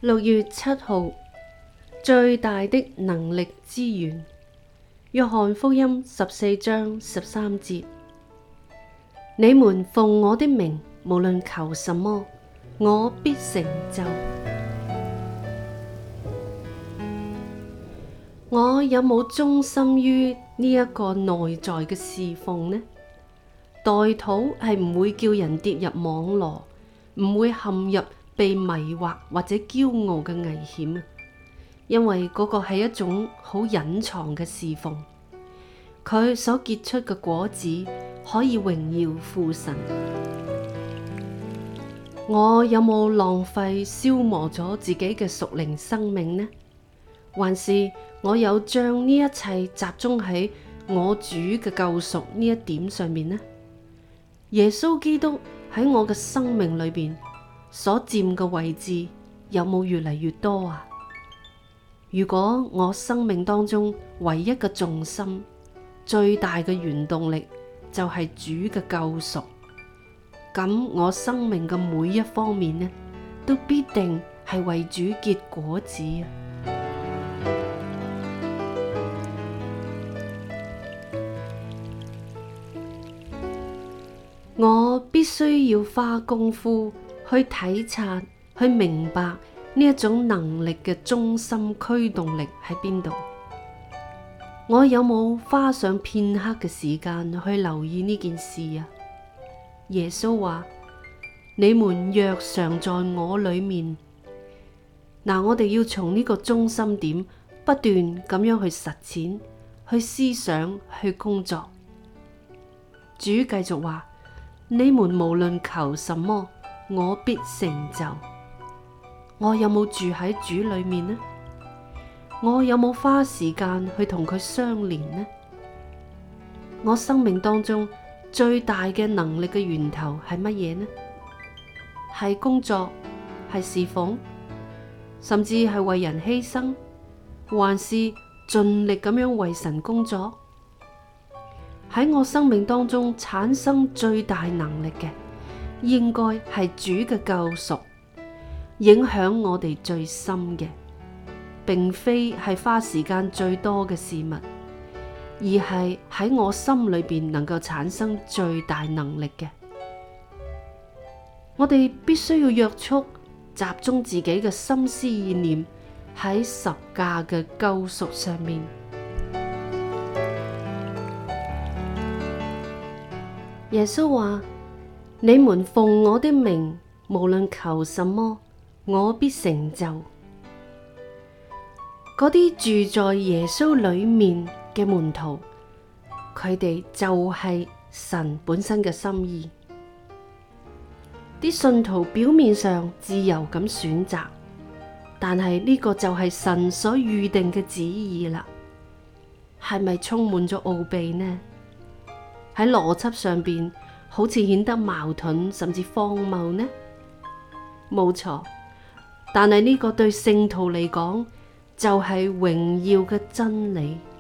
6月7號，最大的能力之源。約翰福音14章13節：你們奉我的名，無論求什麼，我必成就。我有冇忠心於呢一個內在嘅侍奉呢？代禱係唔會叫人跌入網羅，唔會陷入被迷惑或者驕傲嘅危險，因為嗰個係一種好隱藏嘅侍奉，佢所結出嘅果子可以榮耀父神。我有冇浪費消磨咗自己嘅屬靈生命呢？還是我有將呢一切集中喺我主嘅救贖呢一點上面呢？耶穌基督喺我嘅生命裏邊所佔嘅位置有冇越嚟越多啊？如果我生命當中唯一嘅重心、最大嘅原動力就係主嘅救贖，咁我生命嘅每一方面呢，都必定係為主結果子啊！我必須要花功夫去體察、去明白呢一種能力嘅中心驅動力喺邊度。我有冇花上片刻嘅時間去留意呢件事啊？耶穌話：你們若常在我裏面，嗱，我哋要從呢個中心點不斷咁樣去實踐、去思想、去工作。主繼續話：你們無論求什麼，我必成就。我有冇住喺主裏面呢？我有冇花時間去同佢相連呢？我生命當中最大嘅能力嘅源頭係乜嘢呢？係工作，係侍奉，甚至係為人犧牲，還是盡力咁樣為神工作？喺我生命當中產生最大能力嘅，應該係主嘅救贖，影響我哋最深嘅，並非係花時間最多嘅事物，而係喺我心裏邊能夠產生最大能力嘅。我哋必須要約束、集中自己嘅心思意念喺十架嘅救贖上面。耶穌話：你們奉我的名，無論求什麼，我必成就。嗰啲住在耶穌裏面嘅門徒，佢哋就係神本身嘅心意。啲信徒表面上自由咁選擇，但係呢個就係神所預定嘅旨意啦。係咪充滿咗奧秘呢？喺邏輯上邊好似顯得矛盾甚至荒謬呢？冇錯，但係呢個對聖徒嚟講就係榮耀嘅真理。